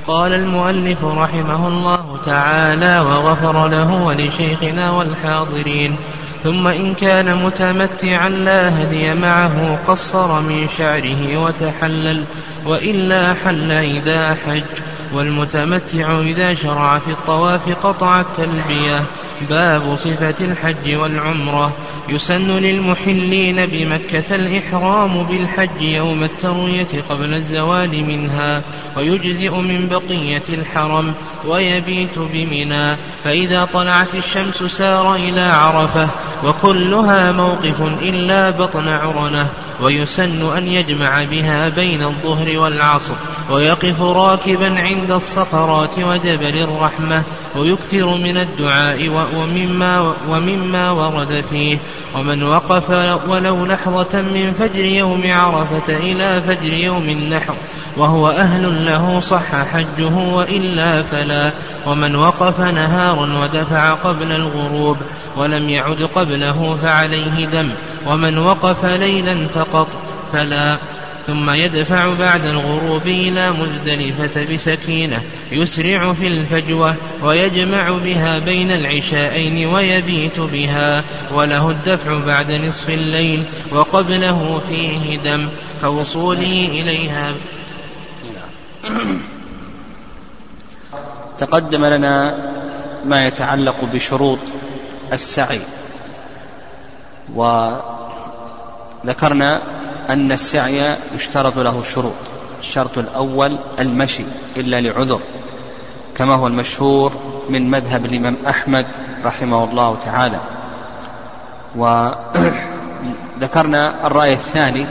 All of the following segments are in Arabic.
قال المؤلف رحمه الله تعالى وغفر له ولشيخنا والحاضرين: ثم إن كان متمتعا لا هدي معه قصر من شعره وتحلل، وإلا حل إذا حج. والمتمتع إذا شرع في الطواف قطع التلبية. باب صفة الحج والعمرة. يسن للمحلين بمكة الإحرام بالحج يوم التروية قبل الزوال منها، ويجزئ من بقية الحرم، ويبيت بمنى، فإذا طلعت الشمس سار إلى عرفة، وكلها موقف إلا بطن عرنة. ويسن أن يجمع بها بين الظهر والعصر، ويقف راكبا عند الصخرات وجبل الرحمة، ويكثر من الدعاء ومما ورد فيه. ومن وقف ولو لحظة من فجر يوم عرفة إلى فجر يوم النحر وهو أهل له صح حجه، وإلا فلا. ومن وقف نهارا ودفع قبل الغروب ولم يعد قبله فعليه دم، ومن وقف ليلا فقط فلا. ثم يدفع بعد الغروب إلى مزدلفة بسكينة، يسرع في الفجوة، ويجمع بها بين العشاءين ويبيت بها، وله الدفع بعد نصف الليل، وقبله فيه دم كوصوله إليها. تقدم لنا ما يتعلق بشروط السعي، وذكرنا أن السعي يشترط له شروط. الشرط الأول المشي إلا لعذر، كما هو المشهور من مذهب الإمام أحمد رحمه الله تعالى. وذكرنا الرأي الثاني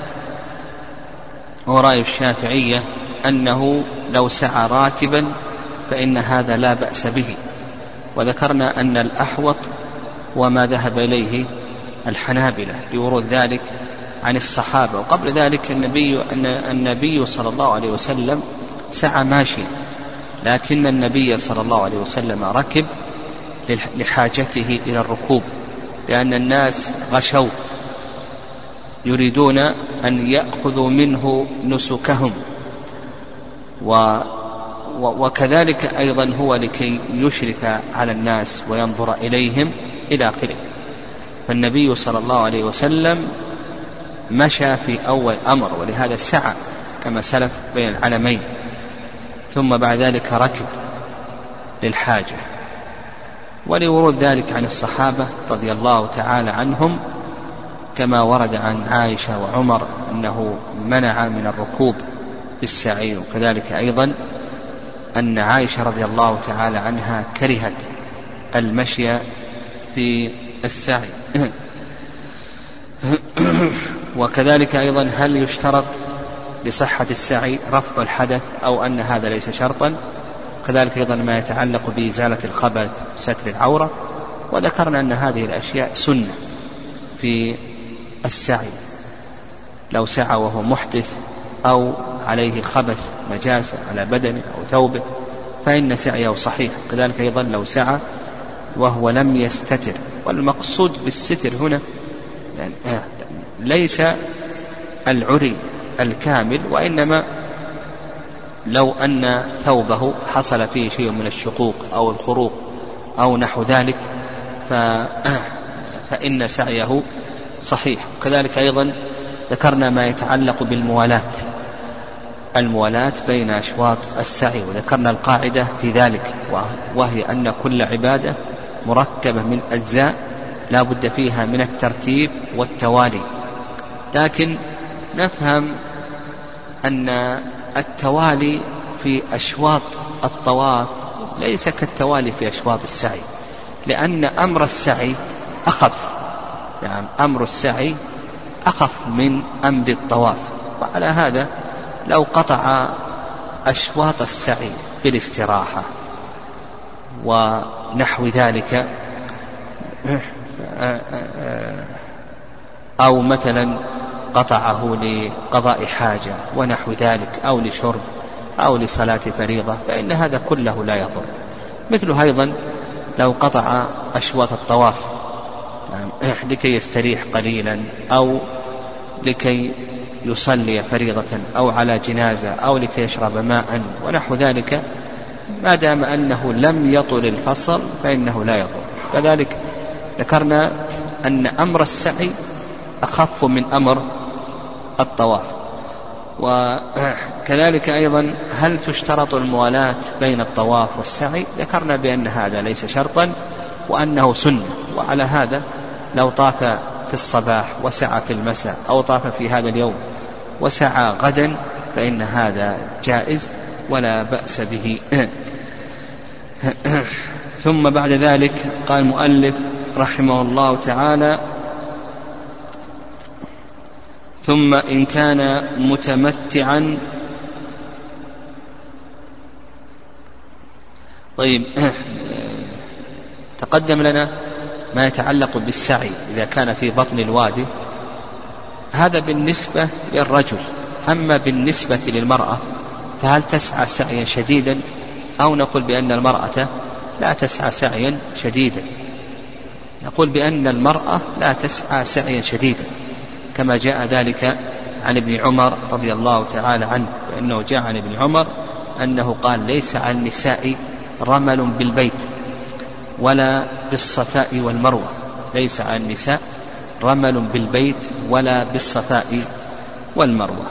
هو رأي الشافعية، أنه لو سعى راكبا فإن هذا لا بأس به. وذكرنا أن الأحوط وما ذهب إليه الحنابلة لورود ذلك عن الصحابة. وقبل ذلك النبي صلى الله عليه وسلم سعى ماشيا، لكن النبي صلى الله عليه وسلم ركب لحاجته إلى الركوب، لأن الناس غشوا يريدون أن يأخذوا منه نسكهم، وكذلك أيضا هو لكي يشرف على الناس وينظر إليهم إلى آخره. فالنبي صلى الله عليه وسلم مشى في أول أمر، ولهذا سعى كما سلف بين العلمين، ثم بعد ذلك ركب للحاجة، ولورود ذلك عن الصحابة رضي الله تعالى عنهم، كما ورد عن عائشة وعمر أنه منع من الركوب في السعي. وكذلك أيضا أن عائشة رضي الله تعالى عنها كرهت المشي في السعي. وكذلك أيضا هل يشترط لصحة السعي رفع الحدث أو أن هذا ليس شرطا؟ كذلك أيضا ما يتعلق بإزالة الخبث ستر العورة. وذكرنا أن هذه الأشياء سنة في السعي، لو سعى وهو محدث أو عليه خبث نجاسة على بدنه أو ثوبه فإن سعيه صحيح. كذلك أيضا لو سعى وهو لم يستتر، والمقصود بالستر هنا ليس العري الكامل، وإنما لو أن ثوبه حصل فيه شيء من الشقوق أو الخروق أو نحو ذلك فإن سعيه صحيح. كذلك أيضا ذكرنا ما يتعلق الموالاة بين أشواط السعي، وذكرنا القاعدة في ذلك، وهي أن كل عبادة مركبة من أجزاء لا بد فيها من الترتيب والتوالي. لكن نفهم أن التوالي في أشواط الطواف ليس كالتوالي في أشواط السعي، لأن أمر السعي أخف، يعني أمر السعي أخف من أمر الطواف. وعلى هذا لو قطع أشواط السعي بالاستراحة ونحو ذلك، أو مثلا قطعه لقضاء حاجة ونحو ذلك، أو لشرب أو لصلاة فريضة، فإن هذا كله لا يضر. مثله أيضا لو قطع أشواط الطواف لكي يستريح قليلا، أو لكي يصلي فريضة أو على جنازة أو لكي يشرب ماء ونحو ذلك، ما دام أنه لم يطل الفصل فإنه لا يضر. كذلك ذكرنا أن أمر السعي أخف من أمر الطواف. وكذلك أيضا هل تشترط الموالاة بين الطواف والسعي؟ ذكرنا بأن هذا ليس شرطا وأنه سنة، وعلى هذا لو طاف في الصباح وسعى في المساء أو طاف في هذا اليوم وسعى غدا فإن هذا جائز ولا بأس به. ثم بعد ذلك قال المؤلف رحمه الله تعالى: ثم إن كان متمتعا. طيب، تقدم لنا ما يتعلق بالسعي إذا كان في بطن الوادي، هذا بالنسبة للرجل. أما بالنسبة للمرأة فهل تسعى سعيا شديدا، أو نقول بأن المرأة لا تسعى سعيا شديدا؟ نقول بأن المرأة لا تسعى سعيا شديدا، كما جاء ذلك عن ابن عمر رضي الله تعالى عنه، لأنه جاء عن ابن عمر أنه قال: ليس على النساء رمل بالبيت ولا بالصفاء والمروة. ليس على النساء رمل بالبيت ولا بالصفاء والمروة.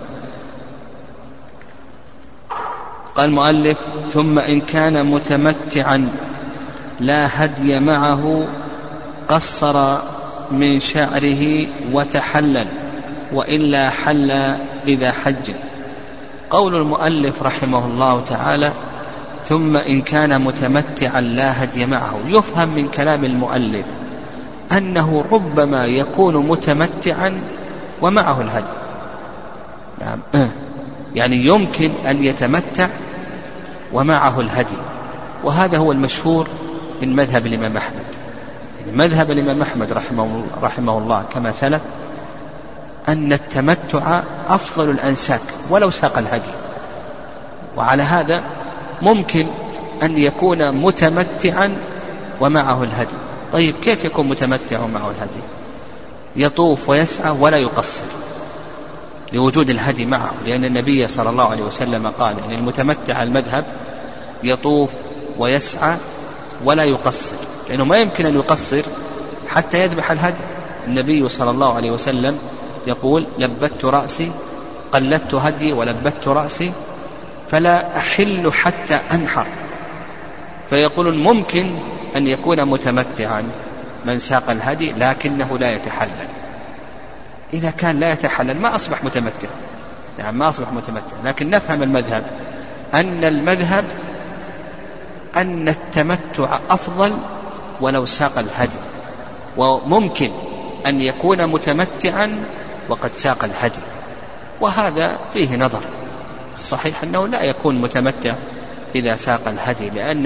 قال المؤلف: ثم إن كان متمتعا لا هدي معه قصر من شعره وتحلل، وإلا حل إذا حج. قول المؤلف رحمه الله تعالى: ثم إن كان متمتعا لا هدي معه، يفهم من كلام المؤلف أنه ربما يكون متمتعا ومعه الهدي. نعم، يعني يمكن أن يتمتع ومعه الهدي، وهذا هو المشهور من مذهب الإمام أحمد. يعني مذهب الإمام أحمد رحمه الله كما سلف أن التمتع أفضل الأنساك ولو ساق الهدي، وعلى هذا ممكن أن يكون متمتعا ومعه الهدي. طيب، كيف يكون متمتع ومعه الهدي؟ يطوف ويسعى ولا يقصر لوجود الهدي معه، لأن النبي صلى الله عليه وسلم قال أن المتمتع المذهب يطوف ويسعى ولا يقصر، لأنه ما يمكن أن يقصر حتى يذبح الهدي. النبي صلى الله عليه وسلم يقول: لبت رأسي، قلدت هدي ولبت رأسي، فلا أحل حتى أنحر. فيقولون ممكن أن يكون متمتعا من ساق الهدي لكنه لا يتحلل. إذا كان لا يتحلل ما أصبح متمتع، يعني ما أصبح متمتع. لكن نفهم المذهب أن المذهب أن التمتع أفضل ولو ساق الهدي، وممكن أن يكون متمتعا وقد ساق الهدي، وهذا فيه نظر. الصحيح أنه لا يكون متمتع إذا ساق الهدي، لأن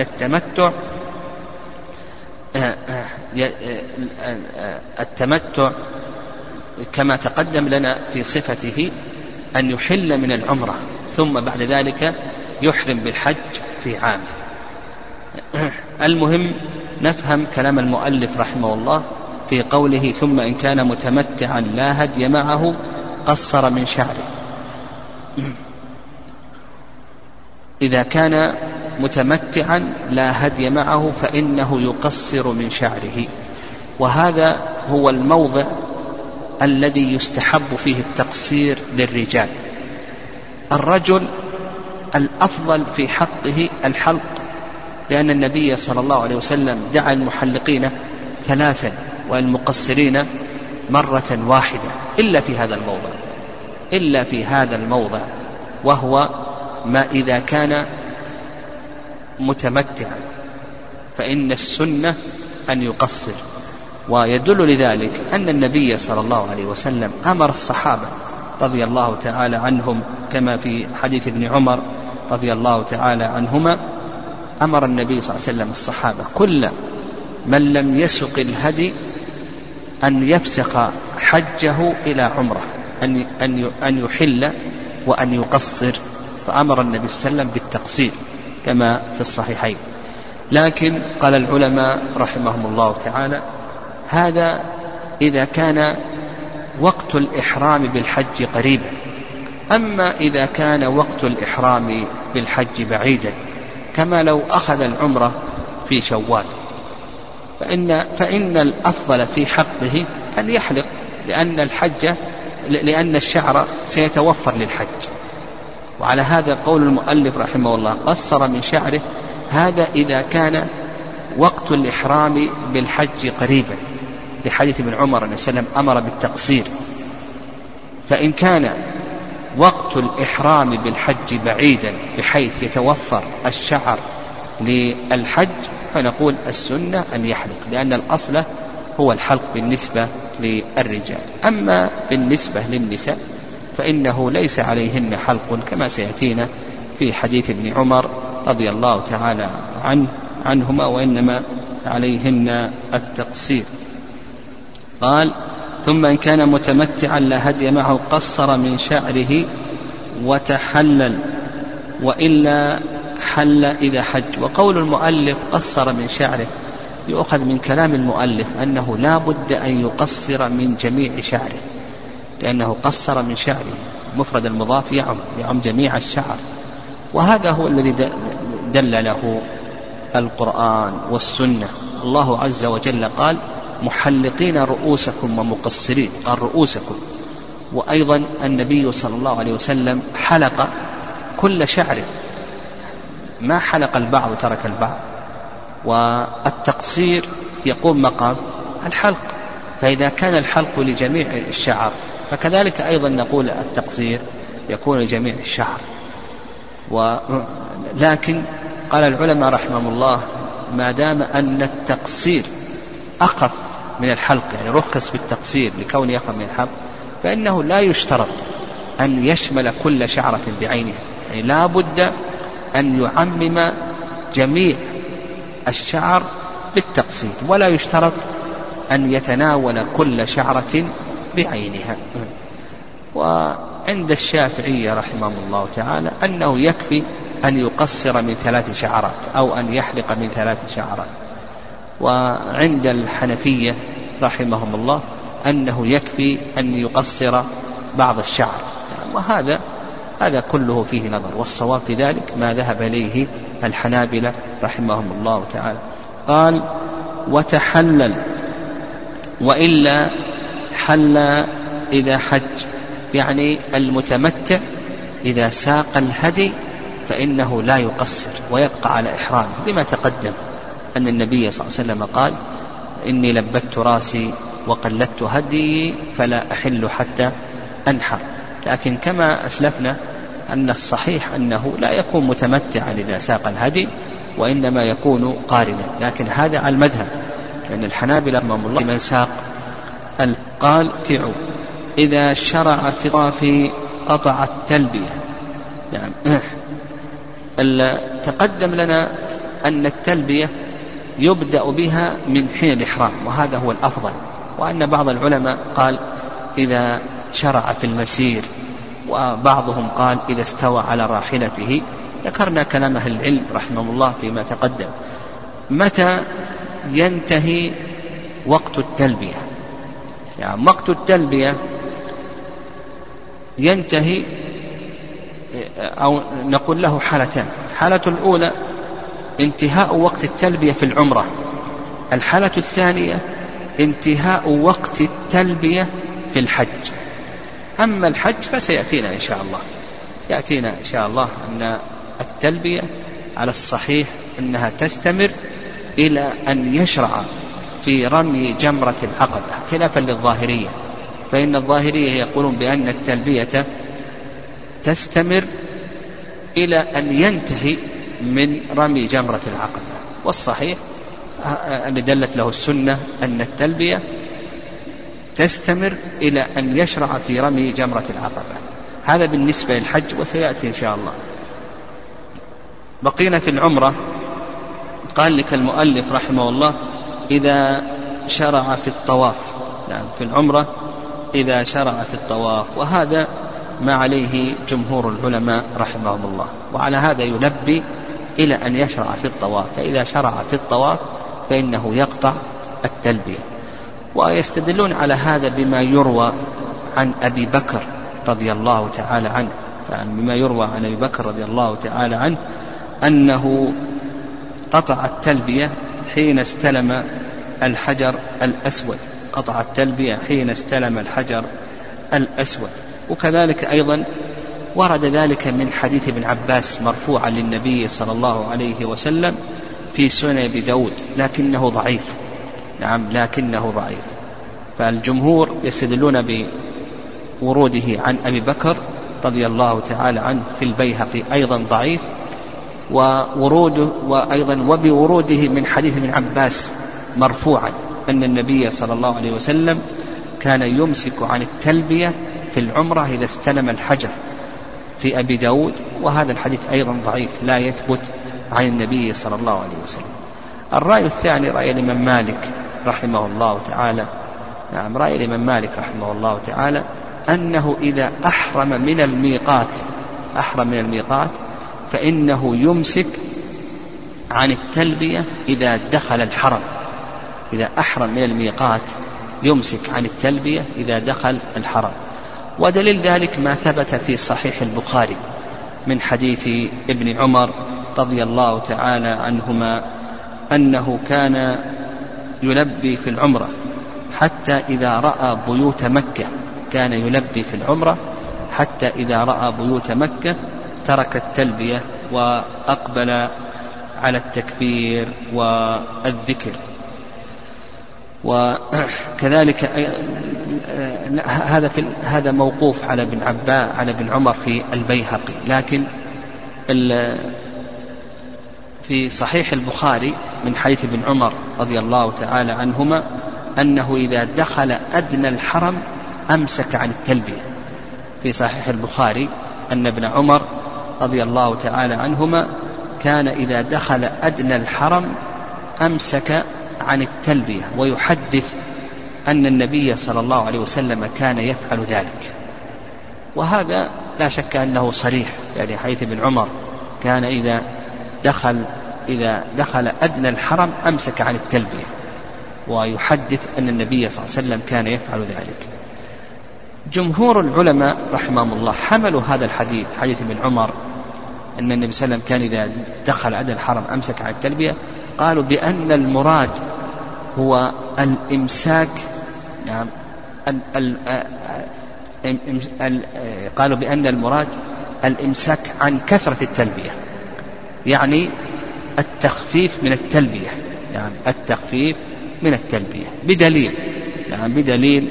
التمتع كما تقدم لنا في صفته أن يحل من العمرة ثم بعد ذلك يحرم بالحج في عامه. المهم نفهم كلام المؤلف رحمه الله في قوله: ثم إن كان متمتعا لا هدي معه قصر من شعره. إذا كان متمتعا لا هدي معه فإنه يقصر من شعره، وهذا هو الموضع الذي يستحب فيه التقصير للرجال. الرجل الأفضل في حقه الحلق، لأن النبي صلى الله عليه وسلم دعا المحلقين 3 والمقصرين مرة واحدة، إلا في هذا الموضع، وهو ما إذا كان متمتعا فإن السنة أن يقصر. ويدل لذلك أن النبي صلى الله عليه وسلم أمر الصحابة رضي الله تعالى عنهم، كما في حديث ابن عمر رضي الله تعالى عنهما، أمر النبي صلى الله عليه وسلم الصحابة كل من لم يسق الهدي أن يفسخ حجه إلى عمره، أن يحل وأن يقصر، فأمر النبي صلى الله عليه وسلم بالتقصير كما في الصحيحين. لكن قال العلماء رحمهم الله تعالى: هذا إذا كان وقت الإحرام بالحج قريبا. أما إذا كان وقت الإحرام بالحج بعيدا كما لو أخذ العمرة في شوال فإن الأفضل في حقه أن يحلق، لأن الشعر سيتوفر للحج. وعلى هذا قول المؤلف رحمه الله قصر من شعره، هذا إذا كان وقت الإحرام بالحج قريبا، لحديث ابن عمر أن وسلم أمر بالتقصير. فإن كان وقت الإحرام بالحج بعيدا بحيث يتوفر الشعر للحج فنقول السنة أن يحلق، لأن الأصل هو الحلق بالنسبة للرجال. أما بالنسبة للنساء فإنه ليس عليهن حلق كما سيأتينا في حديث ابن عمر رضي الله تعالى عنهما، وإنما عليهن التقصير. قال: ثم إن كان متمتعا لا هدي معه قصر من شعره وتحلل، وإلا حل إذا حج. وقول المؤلف قصر من شعره يؤخذ من كلام المؤلف أنه لا بد أن يقصر من جميع شعره، لأنه قصر من شعره، مفرد المضاف يعم جميع الشعر، وهذا هو الذي دل له القرآن والسنة. الله عز وجل قال: محلقين رؤوسكم ومقصرين، قال رؤوسكم. وأيضا النبي صلى الله عليه وسلم حلق كل شعره، ما حلق البعض وترك البعض. والتقصير يقوم مقام الحلق، فإذا كان الحلق لجميع الشعر فكذلك أيضا نقول التقصير يكون لجميع الشعر. لكن قال العلماء رحمهم الله ما دام أن التقصير أخف من الحلق، يعني رخص بالتقصير لكونه أخف من الحلق، فإنه لا يشترط أن يشمل كل شعرة بعينها، يعني لا بد أن يعمم جميع الشعر بالتقصير، ولا يشترط أن يتناول كل شعرة بعينها. وعند الشافعية رحمه الله تعالى أنه يكفي أن يقصر من 3 شعرات أو أن يحلق من 3 شعرات. وعند الحنفية رحمهم الله أنه يكفي أن يقصر بعض الشعر، وهذا كله فيه نظر، والصواب في ذلك ما ذهب إليه الحنابلة رحمهم الله تعالى. قال: وتحلل، وإلا حل إذا حج، يعني المتمتع إذا ساق الهدي فإنه لا يقصر ويبقى على إحرامه، لما تقدم أن النبي صلى الله عليه وسلم قال: إني لبت راسي وقلدت هدي فلا أحل حتى أنحر. لكن كما أسلفنا أن الصحيح أنه لا يكون متمتعا إذا ساق الهدي، وإنما يكون قارنا، لكن هذا على المذهب، لأن الحنابلة رحمهم الله من ساق. قال: تعوا إذا شرع في طواف قطع التلبية. يعني تقدم لنا أن التلبية يبدأ بها من حين الإحرام، وهذا هو الأفضل، وأن بعض العلماء قال إذا شرع في المسير، وبعضهم قال إذا استوى على راحلته. ذكرنا كلام أهل العلم رحمه الله فيما تقدم. متى ينتهي وقت التلبية؟ يعني وقت التلبية ينتهي، أو نقول له حالتان. حالة الأولى انتهاء وقت التلبية في العمرة، الحالة الثانية انتهاء وقت التلبية في الحج. أما الحج فسيأتينا إن شاء الله، يأتينا إن شاء الله أن التلبية على الصحيح أنها تستمر إلى أن يشرع في رمي جمرة العقبة، خلافا للظاهرية، فإن الظاهرية يقولون بأن التلبية تستمر إلى أن ينتهي من رمي جمرة العقبة. والصحيح الذي دلت له السنة أن التلبية تستمر إلى أن يشرع في رمي جمرة العقبة. هذا بالنسبة للحج، وسيأتي إن شاء الله. بقينا في العمرة. قال لك المؤلف رحمه الله إذا شرع في الطواف، يعني في العمرة إذا شرع في الطواف، وهذا ما عليه جمهور العلماء رحمهم الله، وعلى هذا ينبي إلى أن يشرع في الطواف، فإذا شرع في الطواف فإنه يقطع التلبية. ويستدلون على هذا بما يروى عن أبي بكر رضي الله تعالى عنه، يعني مما يروى عن أبي بكر رضي الله تعالى عنه أنه قطع التلبية حين استلم الحجر الأسود، قطع التلبية حين استلم الحجر الأسود. وكذلك أيضا ورد ذلك من حديث ابن عباس مرفوعا للنبي صلى الله عليه وسلم في سنن أبي داود، لكنه ضعيف. نعم، لكنه ضعيف. فالجمهور يستدلون بوروده عن أبي بكر رضي الله تعالى عنه في البيهقي أيضا ضعيف، وأيضا وبوروده من حديث ابن عباس مرفوعا أن النبي صلى الله عليه وسلم كان يمسك عن التلبية في العمرة إذا استلم الحجر في أبي داود، وهذا الحديث أيضا ضعيف لا يثبت عن النبي صلى الله عليه وسلم. الرأي الثاني رأي الإمام مالك رحمه الله تعالى. نعم، رأي الإمام مالك رحمه الله تعالى أنه إذا أحرم من الميقات فإنه يمسك عن التلبية إذا دخل الحرم. إذا أحرم من الميقات يمسك عن التلبية إذا دخل الحرم. ودليل ذلك ما ثبت في صحيح البخاري من حديث ابن عمر رضي الله تعالى عنهما أنه كان يلبي في العمرة حتى إذا رأى بيوت مكة، كان يلبي في العمرة حتى إذا رأى بيوت مكة ترك التلبية وأقبل على التكبير والذكر. وكذلك هذا موقوف على ابن عمر في البيهقي، لكن في صحيح البخاري من حديث ابن عمر رضي الله تعالى عنهما أنه إذا دخل أدنى الحرم أمسك عن التلبية. في صحيح البخاري أن ابن عمر رضي الله تعالى عنهما كان إذا دخل أدنى الحرم أمسك عن التلبية، ويحدث أن النبي صلى الله عليه وسلم كان يفعل ذلك. وهذا لا شك أنه صريح، يعني حديث ابن عمر كان إذا دخل أدنى الحرم أمسك عن التلبية، ويحدث أن النبي صلى الله عليه وسلم كان يفعل ذلك. جمهور العلماء رحمهم الله حملوا هذا الحديث، حديث ابن عمر أن النبي صلى الله عليه وسلم كان إذا دخل أدنى الحرم أمسك عن التلبية، قالوا بأن المراد هو الإمساك. نعم، قالوا بأن المراد الإمساك عن كثرة التلبية، يعني التخفيف من التلبية. يعني التخفيف من التلبية بدليل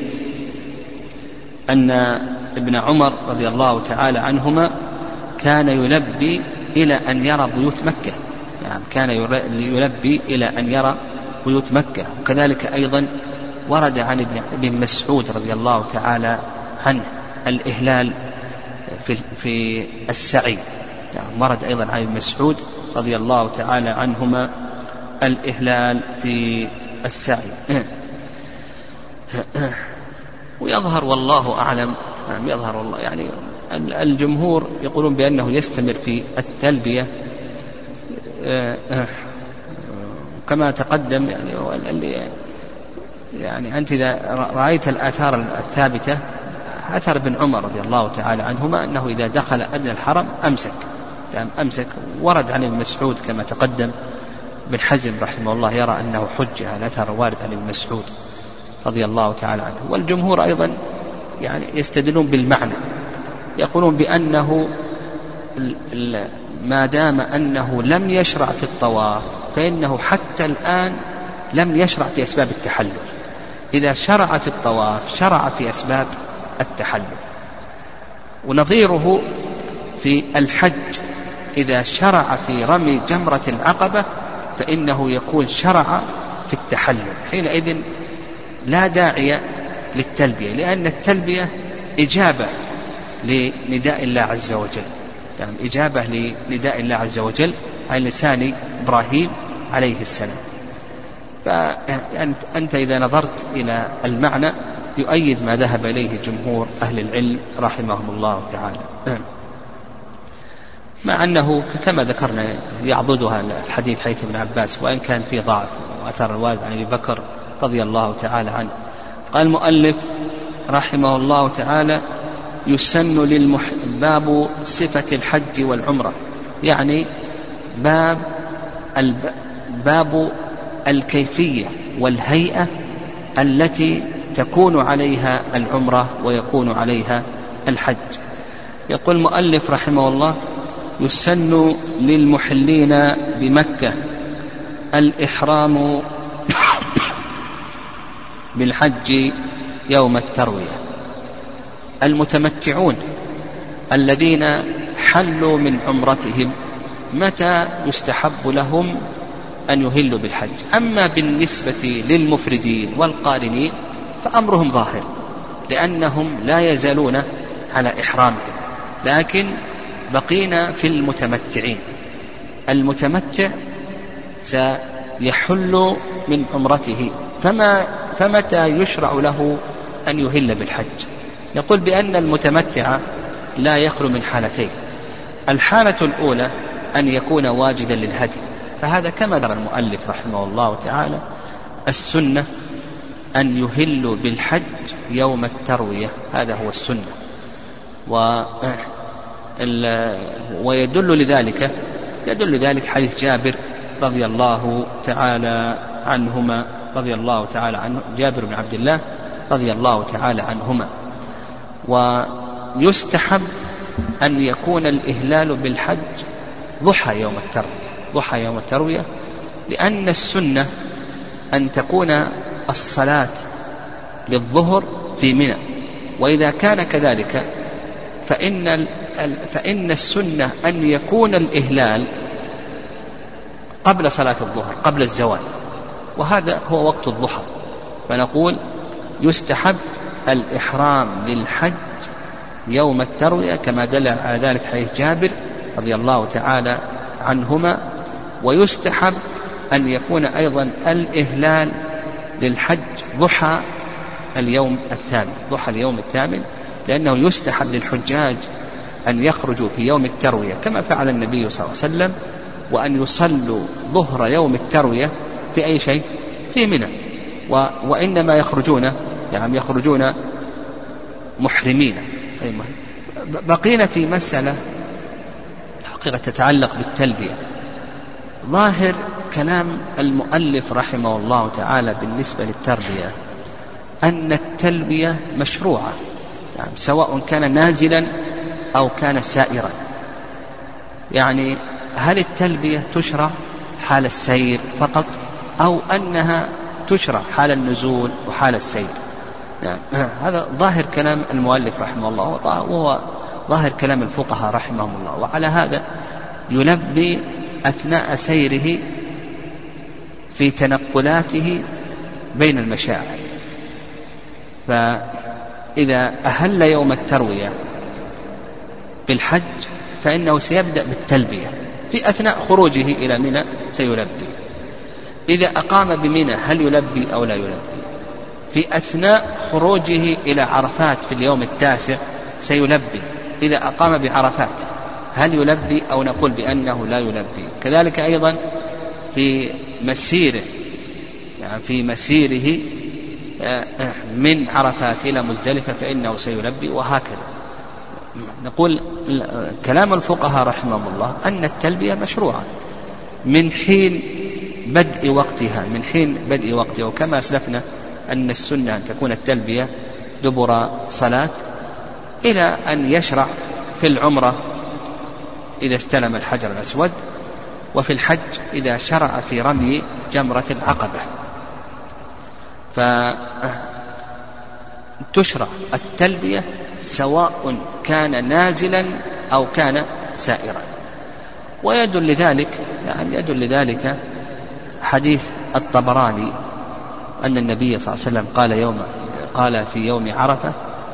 أن ابن عمر رضي الله تعالى عنهما كان يلبي إلى أن يرى بيوت مكة. يعني كان يلبي إلى أن يرى بيوت مكة. وكذلك أيضا ورد عن ابن مسعود رضي الله تعالى عنه الإهلال في السعي. يعني ورد أيضا عن ابن مسعود رضي الله تعالى عنهما الإهلال في السعي. ويظهر والله أعلم، يعني الجمهور يقولون بأنه يستمر في التلبية كما تقدم. يعني أنت إذا رأيت الآثار الثابتة، أثر ابن عمر رضي الله تعالى عنهما أنه إذا دخل أدنى الحرم أمسك. ورد عن ابن مسعود كما تقدم. ابن حزم رحمه الله يرى أنه حجة، الأثر وارد عن ابن مسعود رضي الله تعالى عنه. والجمهور أيضا يعني يستدلون بالمعنى، يقولون بأنه ما دام أنه لم يشرع في الطواف فإنه حتى الآن لم يشرع في أسباب التحلل. إذا شرع في الطواف شرع في أسباب التحلل. ونظيره في الحج إذا شرع في رمي جمرة العقبة فإنه يكون شرع في التحلل. حينئذ لا داعي للتلبية، لأن التلبية إجابة لنداء الله عز وجل، يعني إجابة لنداء الله عز وجل على لسان إبراهيم عليه السلام. فأنت إذا نظرت إلى المعنى يؤيد ما ذهب إليه جمهور أهل العلم رحمهم الله تعالى، مع أنه كما ذكرنا يعضدها الحديث حديث ابن عباس، وإن كان فيه ضعف وأثر الوارد عن أبي بكر رضي الله تعالى عنه. قال المؤلف رحمه الله تعالى يسن باب صفة الحج والعمرة، يعني باب الكيفية والهيئة التي تكون عليها العمرة ويكون عليها الحج. يقول المؤلف رحمه الله: يسن للمحلين بمكة الإحرام بالحج يوم التروية. المتمتعون الذين حلوا من عمرتهم متى يستحب لهم أن يهلوا بالحج؟ أما بالنسبة للمفردين والقارنين فأمرهم ظاهر، لأنهم لا يزالون على إحرامهم، لكن بقينا في المتمتعين. المتمتع سيحل من عمرته، فمتى يشرع له أن يهل بالحج؟ يقول بأن المتمتع لا يخلو من حالتين. الحالة الأولى أن يكون واجدا للهدي، فهذا كما ذكر المؤلف رحمه الله تعالى السنة أن يهل بالحج يوم التروية، هذا هو السنة. ويدل لذلك حديث جابر رضي الله تعالى عنهما جابر بن عبد الله رضي الله تعالى عنهما. ويستحب أن يكون الإهلال بالحج ضحى يوم التروية، لأن السنة أن تكون الصلاة للظهر في منى، وإذا كان كذلك فإن السنة أن يكون الإهلال قبل صلاة الظهر، قبل الزوال، وهذا هو وقت الضحى. فنقول يستحب الإحرام للحج يوم التروية كما دل على ذلك حديث جابر رضي الله تعالى عنهما. ويستحب أن يكون أيضا الإهلال للحج ضحى اليوم الثامن، لأنه يستحب للحجاج أن يخرجوا في يوم التروية كما فعل النبي صلى الله عليه وسلم، وأن يصلوا ظهر يوم التروية في أي شيء؟ في منى. وإنما يخرجون محرمين. بقينا في مسألة حقيقة تتعلق بالتلبية. ظاهر كلام المؤلف رحمه الله تعالى بالنسبة للتربية أن التلبية مشروعة، يعني سواء كان نازلا أو كان سائرا. يعني هل التلبية تشرع حال السير فقط، أو أنها تشرع حال النزول وحال السير؟ هذا ظاهر كلام المؤلف رحمه الله، وهو ظاهر كلام الفقهاء رحمهم الله. وعلى هذا يلبي أثناء سيره في تنقلاته بين المشاعر. فإذا أهل يوم التروية بالحج فإنه سيبدأ بالتلبية في أثناء خروجه إلى منى سيلبي. إذا أقام بمنى هل يلبي أو لا يلبي؟ في أثناء خروجه إلى عرفات في اليوم التاسع سيلبي. إذا أقام بعرفات هل يلبي أو نقول بأنه لا يلبي؟ كذلك أيضا في مسيره من عرفات إلى مزدلفة فإنه سيلبي، وهكذا. نقول كلام الفقهاء رحمهم الله أن التلبية مشروعة من حين بدء وقتها، وكما أسلفنا أن السنة أن تكون التلبية دبر صلاة، إلى أن يشرع في العمرة إذا استلم الحجر الأسود، وفي الحج إذا شرع في رمي جمرة العقبة. فتشرع التلبية سواء كان نازلا أو كان سائرا. ويدل لذلك حديث الطبراني أن النبي صلى الله عليه وسلم قال في يوم عرفة: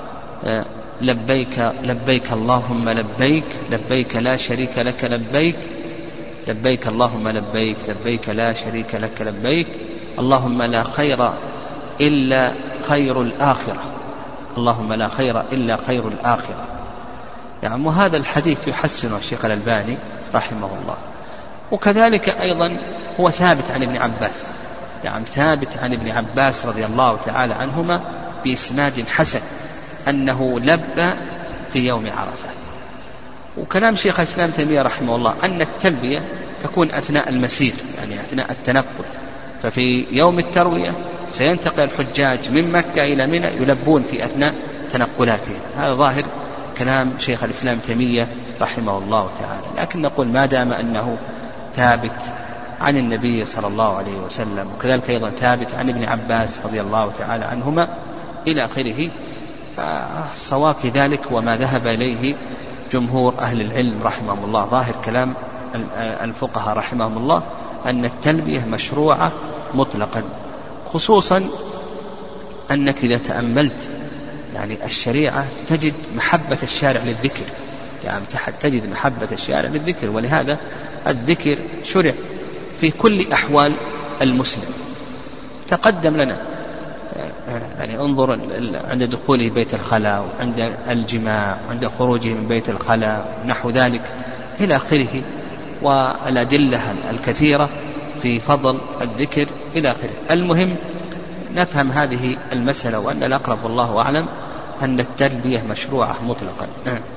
لبيك اللهم لبيك، لبيك لا شريك لك لبيك، لبيك اللهم لبيك، لبيك لا شريك لك لبيك، اللهم لا خير إلا خير الآخرة، اللهم لا خير إلا خير الآخرة. يعني وهذا الحديث يحسن الشيخ الألباني رحمه الله. وكذلك أيضا هو ثابت عن ابن عباس، رضي الله تعالى عنهما بإسناد حسن أنه لبى في يوم عرفة. وكلام شيخ الإسلام تيمية رحمه الله أن التلبية تكون أثناء المسير، يعني أثناء التنقل، ففي يوم التروية سينتقل الحجاج من مكة إلى منى يلبون في أثناء تنقلاتهم. هذا ظاهر كلام شيخ الإسلام تيمية رحمه الله تعالى. لكن نقول ما دام أنه ثابت عن النبي صلى الله عليه وسلم، وكذلك أيضا ثابت عن ابن عباس رضي الله تعالى عنهما إلى آخره، فالصواب في ذلك وما ذهب إليه جمهور أهل العلم رحمهم الله، ظاهر كلام الفقهاء رحمهم الله، أن التلبية مشروعة مطلقا، خصوصا أنك إذا تأملت يعني الشريعة تجد محبة الشارع للذكر، يعني تجد محبة الشارع للذكر، ولهذا الذكر شرع في كل أحوال المسلم. تقدم لنا يعني انظر عند دخوله بيت الخلاء، وعند الجماع، وعند خروجه من بيت الخلاء، نحو ذلك إلى آخره، والأدلة الكثيرة في فضل الذكر إلى آخره. المهم نفهم هذه المسألة، وأن الأقرب والله أعلم أن التلبية مشروعة مطلقا.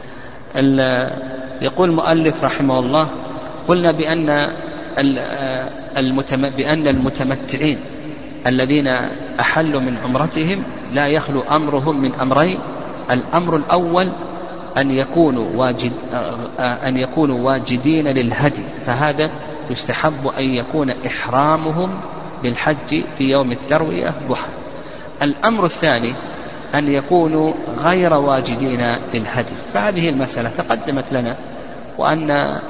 يقول المؤلف رحمه الله: قلنا بأن المتمتعين الذين أحلوا من عمرتهم لا يخلو أمرهم من أمرين. الأمر الأول أن يكونوا واجدين للهدي، فهذا يستحب أن يكون إحرامهم بالحج في يوم التروية ضحى. الأمر الثاني أن يكونوا غير واجدين للهدي، فهذه المسألة تقدمت لنا، وأن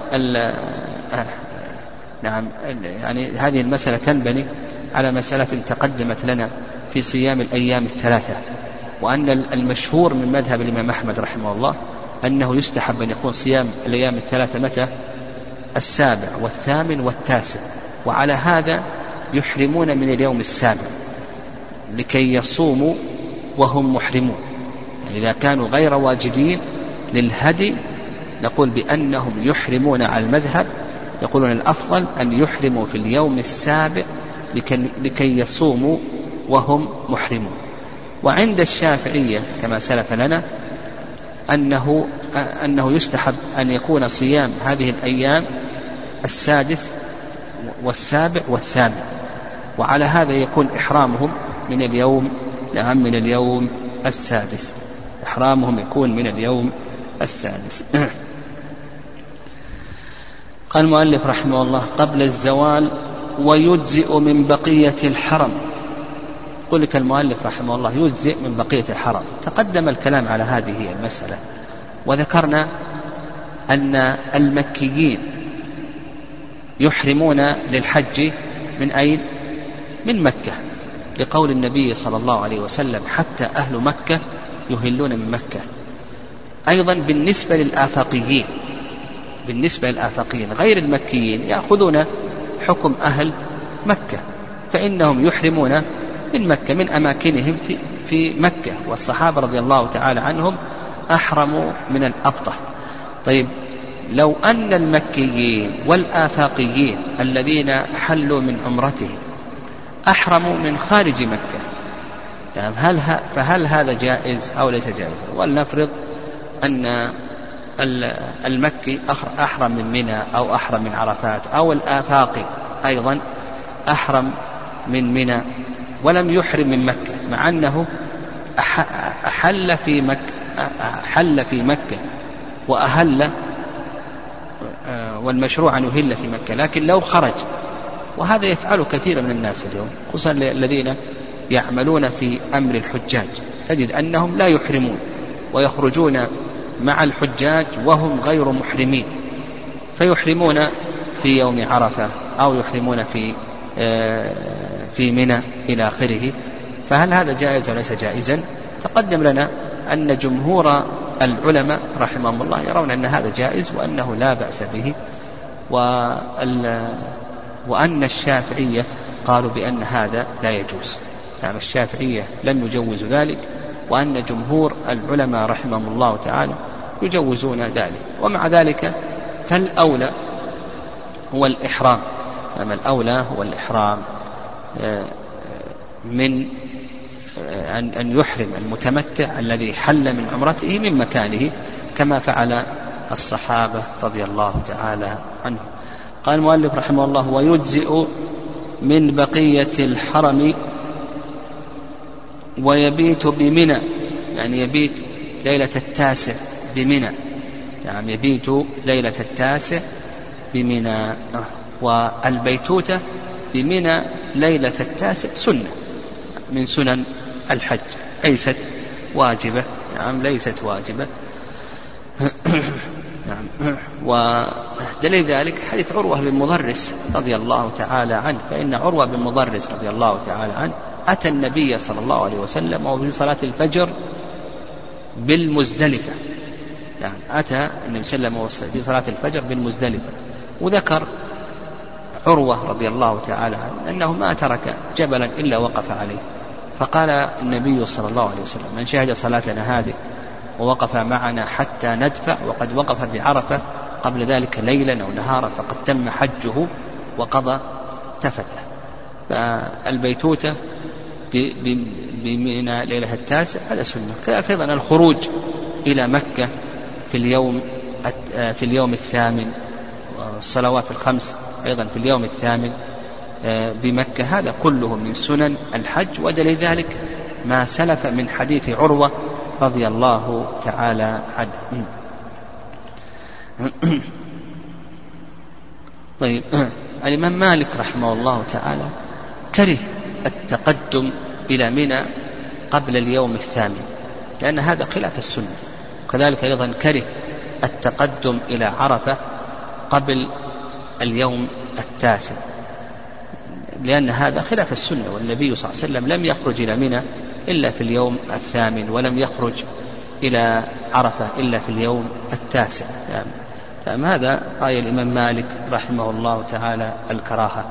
يعني هذه المسألة تنبني على مسألة تقدمت لنا في صيام الأيام الثلاثة، وأن المشهور من مذهب الإمام أحمد رحمه الله أنه يستحب أن يكون صيام الأيام الثلاثة متى؟ السابع والثامن والتاسع، وعلى هذا يحرمون من اليوم السابع لكي يصوموا وهم محرمون. يعني إذا كانوا غير واجدين للهدي نقول بأنهم يحرمون على المذهب، يقولون الأفضل أن يحرموا في اليوم السابع لكي يصوموا وهم محرمون. وعند الشافعية كما سلف لنا أنه يستحب أن يكون صيام هذه الأيام السادس والسابع والثامن، وعلى هذا يكون إحرامهم من اليوم السادس، إحرامهم يكون من اليوم السادس. قال المؤلف رحمه الله: قبل الزوال ويجزئ من بقية الحرم. قل لك المؤلف رحمه الله يجزئ من بقية الحرم. تقدم الكلام على هذه المسألة، وذكرنا أن المكيين يحرمون للحج من أين؟ من مكة، لقول النبي صلى الله عليه وسلم: حتى أهل مكة يهلون من مكة. أيضا بالنسبة للآفاقيين غير المكيين يأخذون حكم أهل مكة، فإنهم يحرمون من مكة من أماكنهم في مكة، والصحابة رضي الله تعالى عنهم أحرموا من الأبطح. طيب لو أن المكيين والآفاقيين الذين حلوا من عمرتهم أحرموا من خارج مكة، فهل هذا جائز أو ليس جائز؟ ولنفرض أن المكي أحرم من منى أو أحرم من عرفات، أو الآفاقي أيضا أحرم من منى ولم يحرم من مكة، مع أنه حل في مكة وأهل، والمشروع أن يهل في مكة، لكن لو خرج، وهذا يفعله كثير من الناس اليوم خصوصا الذين يعملون في أمر الحجاج، تجد أنهم لا يحرمون ويخرجون مع الحجاج وهم غير محرمين، فيحرمون في يوم عرفة أو يحرمون في منى إلى آخره. فهل هذا جائز وليس جائزا؟ تقدم لنا أن جمهور العلماء رحمهم الله يرون أن هذا جائز وأنه لا بأس به، وأن الشافعية قالوا بأن هذا لا يجوز، يعني الشافعية لم يجوزوا ذلك، وأن جمهور العلماء رحمهم الله تعالى يجوزون ذلك. ومع ذلك فالأولى هو الإحرام، أما الأولى هو الإحرام من أن يحرم المتمتع الذي حل من عمرته من مكانه كما فعل الصحابة رضي الله تعالى عنهم. قال المؤلف رحمه الله: ويجزئ من بقية الحرم ويبيت بمنى، يعني يبيت ليلة التاسع بمنى، يعني يبيت ليلة التاسع بمنى. والبيتوتة بمنى ليلة التاسع سنة من سنن الحج، ليست واجبة. نعم ليست واجبة. نعم. ودليل ذلك حديث عروة بن مضرس رضي الله تعالى عنه، فإن عروة بن مضرس رضي الله تعالى عنه أتى النبي صلى الله عليه وسلم وهو في صلاة الفجر بالمزدلفة. يعني أتى النبي صلى الله عليه وسلم في صلاة الفجر بالمزدلفة. وذكر عروة رضي الله تعالى عنه أنه ما ترك جبلا إلا وقف عليه. فقال النبي صلى الله عليه وسلم: من شهد صلاتنا هذه ووقف معنا حتى ندفع وقد وقف بعرفة قبل ذلك ليلا أو نهارا فقد تم حجه وقضى تفته. فالبيتوتة بمنى ليلة التاسع هذا سنة. كذلك أيضا الخروج إلى مكة في اليوم الثامن، والصلوات الخمس أيضا في اليوم الثامن بمكة، هذا كله من سنن الحج. ودليل ذلك ما سلف من حديث عروة رضي الله تعالى عنه. طيب، الإمام مالك رحمه الله تعالى كره التقدم إلى منى قبل اليوم الثامن، لأن هذا خلاف السنة. وكذلك أيضا كره التقدم إلى عرفة قبل اليوم التاسع، لأن هذا خلاف السنة. والنبي صلى الله عليه وسلم لم يخرج إلى منى إلا في اليوم الثامن، ولم يخرج إلى عرفة إلا في اليوم التاسع. يعني هذا رأي الإمام مالك رحمه الله تعالى الكراهة.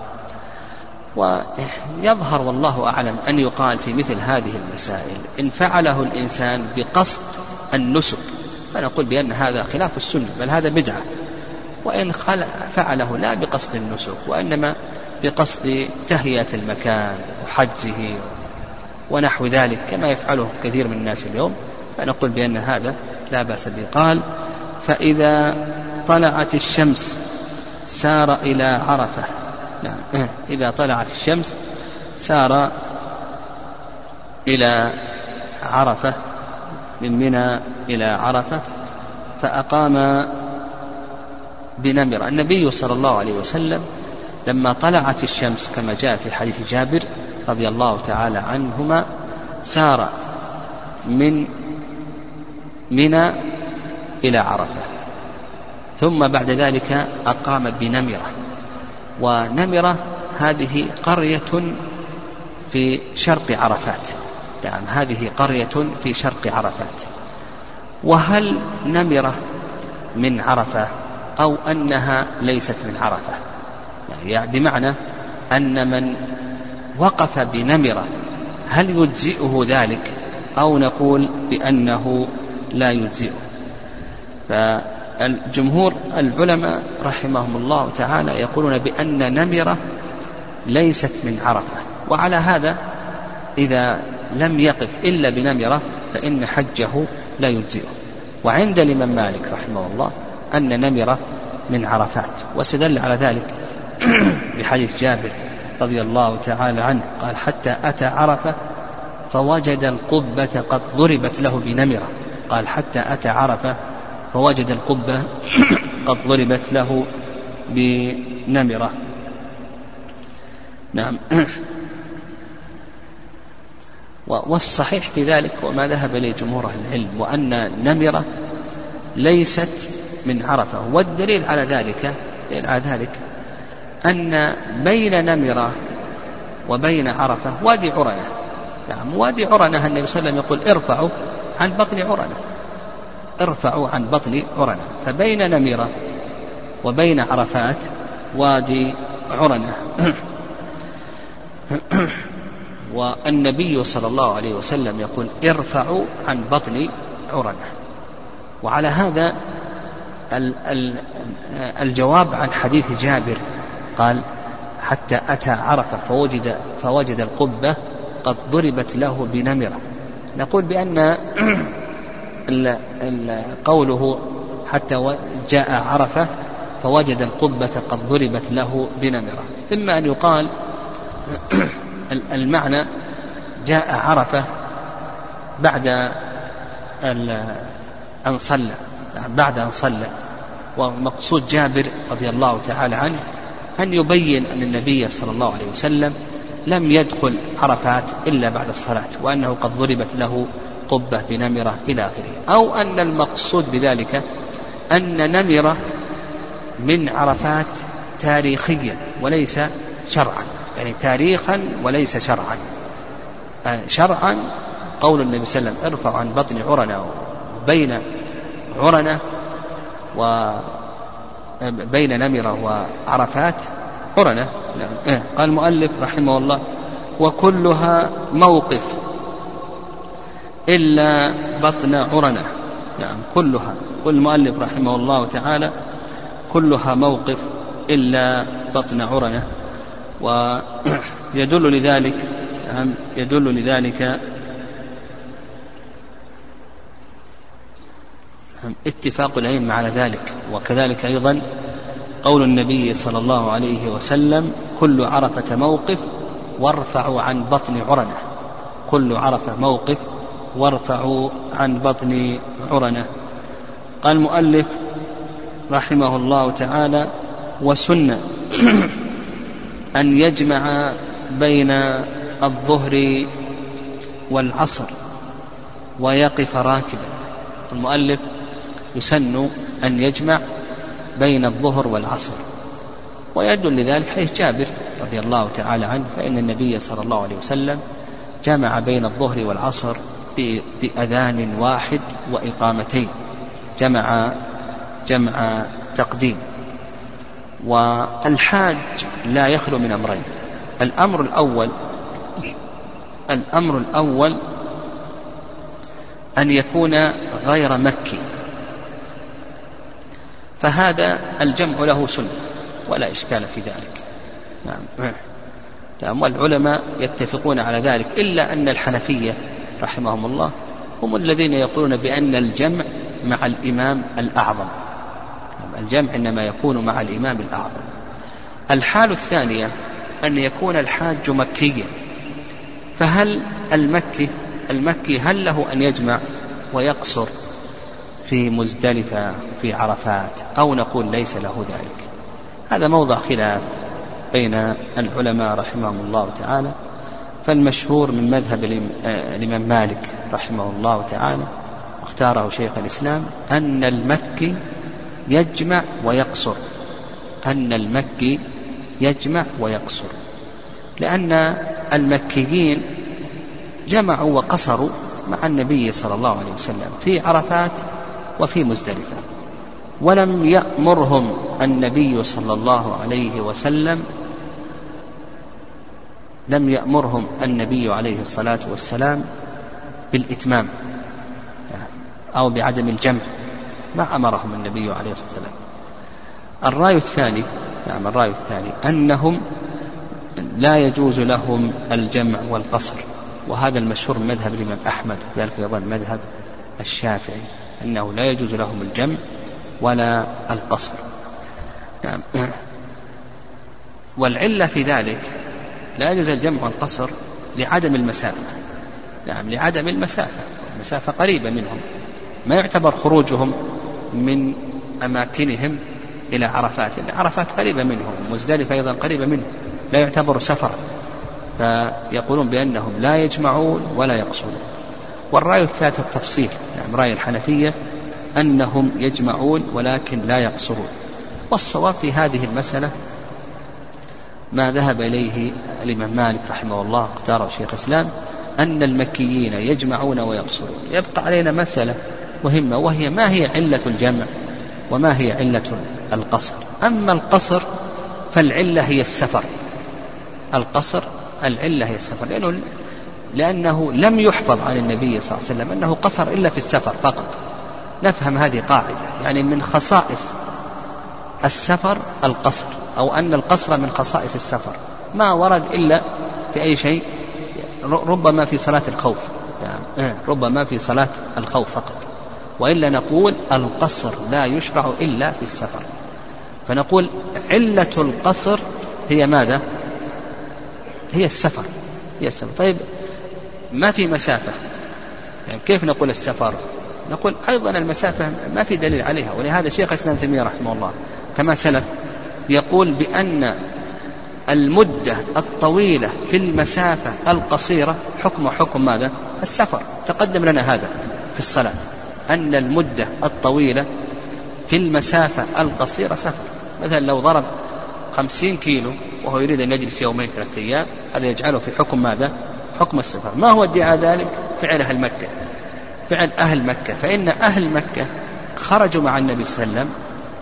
ويظهر والله أعلم أن يقال في مثل هذه المسائل إن فعله الإنسان بقصد النسك فنقول بأن هذا خلاف السنة، بل هذا بدعة. وإن فعله لا بقصد النسك وإنما بقصد تهيئة المكان وحجزه ونحو ذلك كما يفعله كثير من الناس اليوم، فنقول بأن هذا لا بأس به. قال: فإذا طلعت الشمس سار إلى عرفة. نعم، إذا طلعت الشمس سار إلى عرفة، من منى إلى عرفة، فأقام بنمرة. النبي صلى الله عليه وسلم لما طلعت الشمس كما جاء في حديث جابر رضي الله تعالى عنهما سار من منى إلى عرفة، ثم بعد ذلك أقام بنمرة. ونمرة هذه قرية في شرق عرفات. نعم، هذه قرية في شرق عرفات. وهل نمرة من عرفة أو أنها ليست من عرفة؟ يعني بمعنى أن من وقف بنمرة هل يجزئه ذلك أو نقول بأنه لا يجزئه؟ فالجمهور العلماء رحمهم الله تعالى يقولون بأن نمرة ليست من عرفة، وعلى هذا إذا لم يقف إلا بنمرة فإن حجه لا يجزئه. وعند الإمام مالك رحمه الله أن نمرة من عرفات، واستدل على ذلك بحديث جابر رضي الله تعالى عنه قال: حتى أتى عرفة فوجد القبة قد ضربت له بنمرة. قال: حتى أتى عرفة فوجد القبة قد ضربت له بنمرة. نعم. والصحيح في ذلك وما ذهب إليه جمهور أهل العلم وأن نمرة ليست من عرفة. والدليل على ذلك أن بين نمرة وبين عرفة وادي عرنة. نعم، وادي عرنة النبي صلى الله عليه وسلم يقول: ارفعوا عن بطن عرنة، ارفعوا عن بطن عرنة. فبين نمرة وبين عرفات وادي عرنة. والنبي صلى الله عليه وسلم يقول: ارفعوا عن بطن عرنة. وعلى هذا الجواب عن حديث جابر قال: حتى أتى عرفة فوجد القبة قد ضربت له بنمرة. نقول بأن قوله حتى جاء عرفة فوجد القبة قد ضربت له بنمرة، إما أن يقال المعنى جاء عرفة بعد أن صلى، ومقصود جابر رضي الله تعالى عنه أن يبين أن النبي صلى الله عليه وسلم لم يدخل عرفات إلا بعد الصلاة، وأنه قد ضربت له قبة بنمرة إلى آخره، أو أن المقصود بذلك أن نمرة من عرفات تاريخيا وليس شرعا، يعني تاريخا وليس شرعا. شرعا قول النبي صلى الله عليه وسلم ارفع عن بطن عرنة، بين عرنة وبين نمرة وعرفات عرنة. قال المؤلف رحمه الله وكلها موقف إلا بطن عرنة. كلها، قل المؤلف رحمه الله تعالى كلها موقف إلا بطن عرنة. ويدل لذلك اتفاق الأئمة على ذلك، وكذلك أيضا قول النبي صلى الله عليه وسلم كل عرفة موقف وارفعوا عن بطن عرنة. كل عرفة موقف وارفعوا عن بطن عرنة. قال المؤلف رحمه الله تعالى وسنة أن يجمع بين الظهر والعصر ويقف راكبا. المؤلف يسن أن يجمع بين الظهر والعصر، ويدل لذلك حيث جابر رضي الله تعالى عنه، فإن النبي صلى الله عليه وسلم جمع بين الظهر والعصر بأذان واحد وإقامتين، جمع تقديم. والحاج لا يخلو من أمرين. الأمر الأول أن يكون غير مكي، فهذا الجمع له سنة ولا إشكال في ذلك. نعم، والعلماء يتفقون على ذلك، إلا أن الحنفية رحمهم الله هم الذين يقولون بأن الجمع مع الإمام الأعظم. الجمع إنما يكون مع الإمام الأعظم. الحال الثانية أن يكون الحاج مكيا، فهل المكي هل له أن يجمع ويقصر في مزدلفة في عرفات، أو نقول ليس له ذلك؟ هذا موضع خلاف بين العلماء رحمهم الله تعالى. فالمشهور من مذهب الإمام مالك رحمه الله تعالى اختاره شيخ الإسلام أن المكي يجمع ويقصر، لأن المكيين جمعوا وقصروا مع النبي صلى الله عليه وسلم في عرفات وفي مزدلفة، ولم يأمرهم النبي صلى الله عليه وسلم، لم يأمرهم النبي عليه الصلاة والسلام بالإتمام أو بعدم الجمع، ما أمرهم النبي عليه الصلاة والسلام. الرأي الثاني أنهم لا يجوز لهم الجمع والقصر، وهذا المشهور من مذهب الإمام أحمد، ذلك أيضا مذهب الشافعي، أنه لا يجوز لهم الجمع ولا القصر. والعلة في ذلك لا يجوز الجمع والقصر لعدم المسافة، لعدم المسافة قريبة منهم، ما يعتبر خروجهم من أماكنهم إلى عرفات، عرفات قريبة منهم، مزدلفة أيضا قريبة منهم، لا يعتبر سفرا، فيقولون بأنهم لا يجمعون ولا يقصرون. والرأي الثالث التفصيل، رأي الحنفية أنهم يجمعون ولكن لا يقصرون. والصواب في هذه المسألة ما ذهب إليه الإمام مالك رحمه الله اختاره شيخ الإسلام، أن المكيين يجمعون ويقصرون. يبقى علينا مسألة مهمة، وهي ما هي علة الجمع وما هي علة القصر. أما القصر فالعلة هي السفر، العلة هي السفر، لأنه لم يحفظ عن النبي صلى الله عليه وسلم أنه قصر إلا في السفر فقط. نفهم هذه قاعدة، يعني من خصائص السفر القصر، أو أن القصر من خصائص السفر، ما ورد إلا في أي شيء ربما في صلاة الخوف، يعني ربما في صلاة الخوف فقط، وإلا نقول القصر لا يشرع إلا في السفر. فنقول علة القصر هي ماذا؟ هي السفر. طيب ما في مسافة، يعني كيف نقول السفر؟ نقول أيضا المسافة ما في دليل عليها، ولهذا شيخ الإسلام ابن تيمية رحمه الله كما سلف يقول بأن المدة الطويلة في المسافة القصيرة حكم ماذا؟ السفر. تقدم لنا هذا في الصلاة، أن المدة الطويلة في المسافة القصيرة سفر. مثلا لو ضرب 50 كيلو وهو يريد أن يجلس 2-3 أيام، هذا يجعله في حكم ماذا؟ حكم السفر. ما هو ادعاء ذلك؟ فعل أهل مكة. فإن أهل مكة خرجوا مع النبي صلى الله عليه وسلم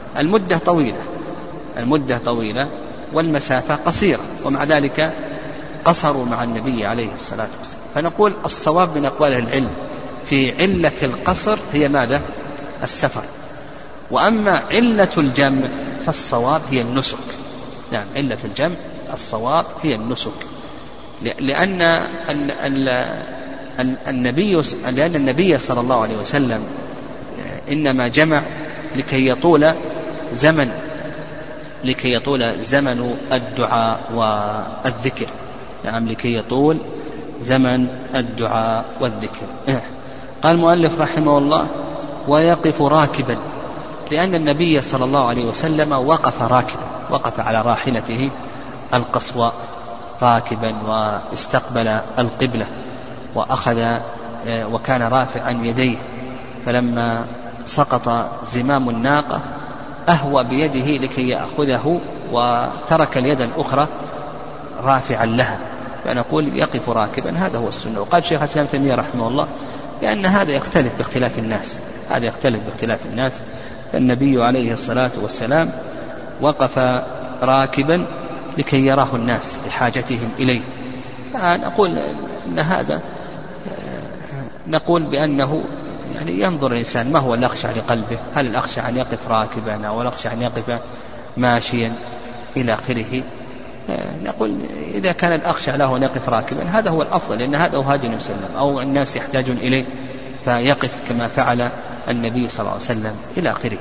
المدة طويلة والمسافة قصيرة، ومع ذلك قصروا مع النبي عليه الصلاة والسلام. فنقول الصواب من أقوال العلم في علة القصر هي ماذا؟ السفر. وأما علة الجمع فالصواب هي النسك. نعم، علة الجمع الصواب هي النسك، لأن النبي صلى الله عليه وسلم إنما جمع لكي يطول زمن الدعاء والذكر. نعم، لكي يطول زمن الدعاء والذكر. قال المؤلف رحمه الله: ويقف راكبا، لأن النبي صلى الله عليه وسلم وقف راكبا، وقف على راحلته القصواء راكبا، واستقبل القبلة، وأخذ وكان رافعا يديه، فلما سقط زمام الناقة أهوى بيده لكي يأخذه، وترك اليد الأخرى رافعا لها. فنقول يقف راكبا، هذا هو السنة. وقال شيخ الإسلام ابن تيمية رحمه الله بأن هذا يختلف باختلاف الناس، فالنبي عليه الصلاة والسلام وقف راكبا لكي يراه الناس لحاجتهم إليه. نقول أن هذا نقول بأنه يعني ينظر الإنسان ما هو الأخشع لقلبه، هل الأخشع أن يقف راكبا أو الأخشع أن يقف ماشيا إلى آخره. نقول إذا كان الأخشع له أن يقف راكبا هذا هو الأفضل، لأن هذا هو هدي النبي صلى الله عليه وسلم، أو الناس يحتاجون إليه فيقف كما فعل النبي صلى الله عليه وسلم إلى آخره.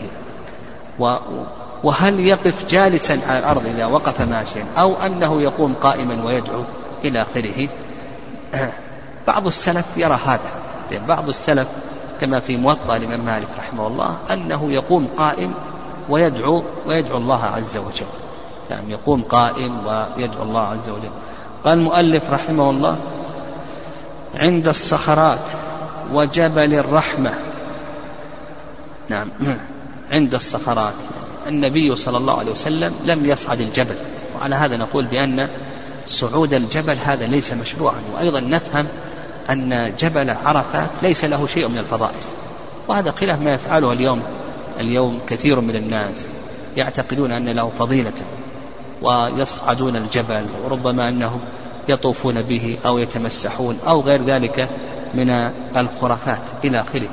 وهل يقف جالسا على الأرض إذا وقف ماشيا، أو أنه يقوم قائما ويدعو إلى آخره. بعض السلف يرى هذا، بعض السلف كما في موطأ الإمام مالك رحمه الله أنه يقوم قائم ويدعو الله عز وجل، يعني يقوم قائم ويدعو الله عز وجل. قال المؤلف رحمه الله: عند الصخرات وجبل الرحمة. نعم، عند الصخرات النبي صلى الله عليه وسلم لم يصعد الجبل، وعلى هذا نقول بأن صعود الجبل هذا ليس مشروعا. وأيضا نفهم أن جبل عرفات ليس له شيء من الفضائل، وهذا خلاف ما يفعله اليوم كثير من الناس، يعتقدون أن له فضيلة ويصعدون الجبل، وربما أنهم يطوفون به أو يتمسحون أو غير ذلك من الخرافات إلى آخره.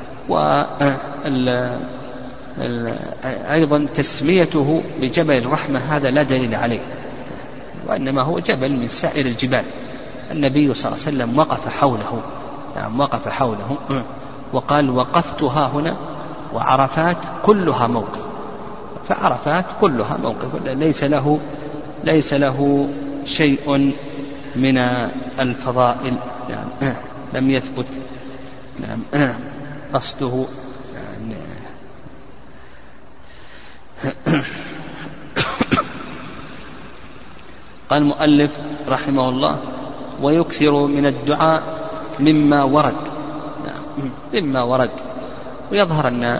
أيضا تسميته بجبل الرحمة هذا لا دليل عليه، وإنما هو جبل من سائر الجبال. النبي صلى الله عليه وسلم وقف حوله وقال: وقفتها هنا، وعرفات كلها موقف. فعرفات كلها موقف، ليس له شيء من الفضائل. لم يثبت قصده. قال المؤلف رحمه الله: ويكثر من الدعاء مما ورد. ويظهر أن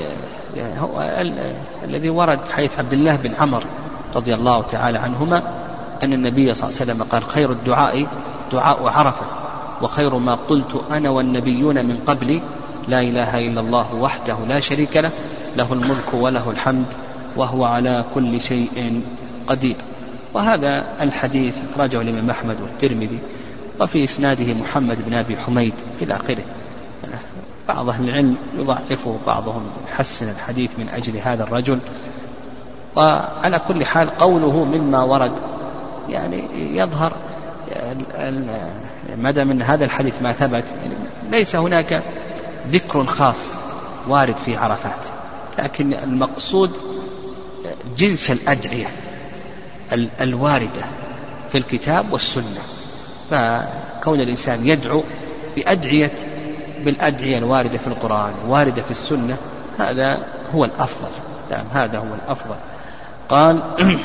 الذي ورد حيث عبد الله بن عمر رضي الله تعالى عنهما أن النبي صلى الله عليه وسلم قال: خير الدعاء دعاء عرفة، وخير ما قلت أنا والنبيون من قبلي لا إله إلا الله وحده لا شريك له، له الملك وله الحمد وهو على كل شيء قدير. وهذا الحديث أخرجه الإمام أحمد والترمذي، وفي إسناده محمد بن أبي حميد إلى آخره. بعض أهل العلم يضعفه، بعضهم يحسن الحديث من أجل هذا الرجل. وعلى كل حال قوله مما ورد يعني يظهر ما دام من هذا الحديث ما ثبت ليس هناك ذكر خاص وارد في عرفات، لكن المقصود جنس الأدعية الواردة في الكتاب والسنة، فكون الإنسان يدعو بالأدعية الواردة في القرآن واردة في السنة هذا هو الأفضل. نعم هذا هو الأفضل. قال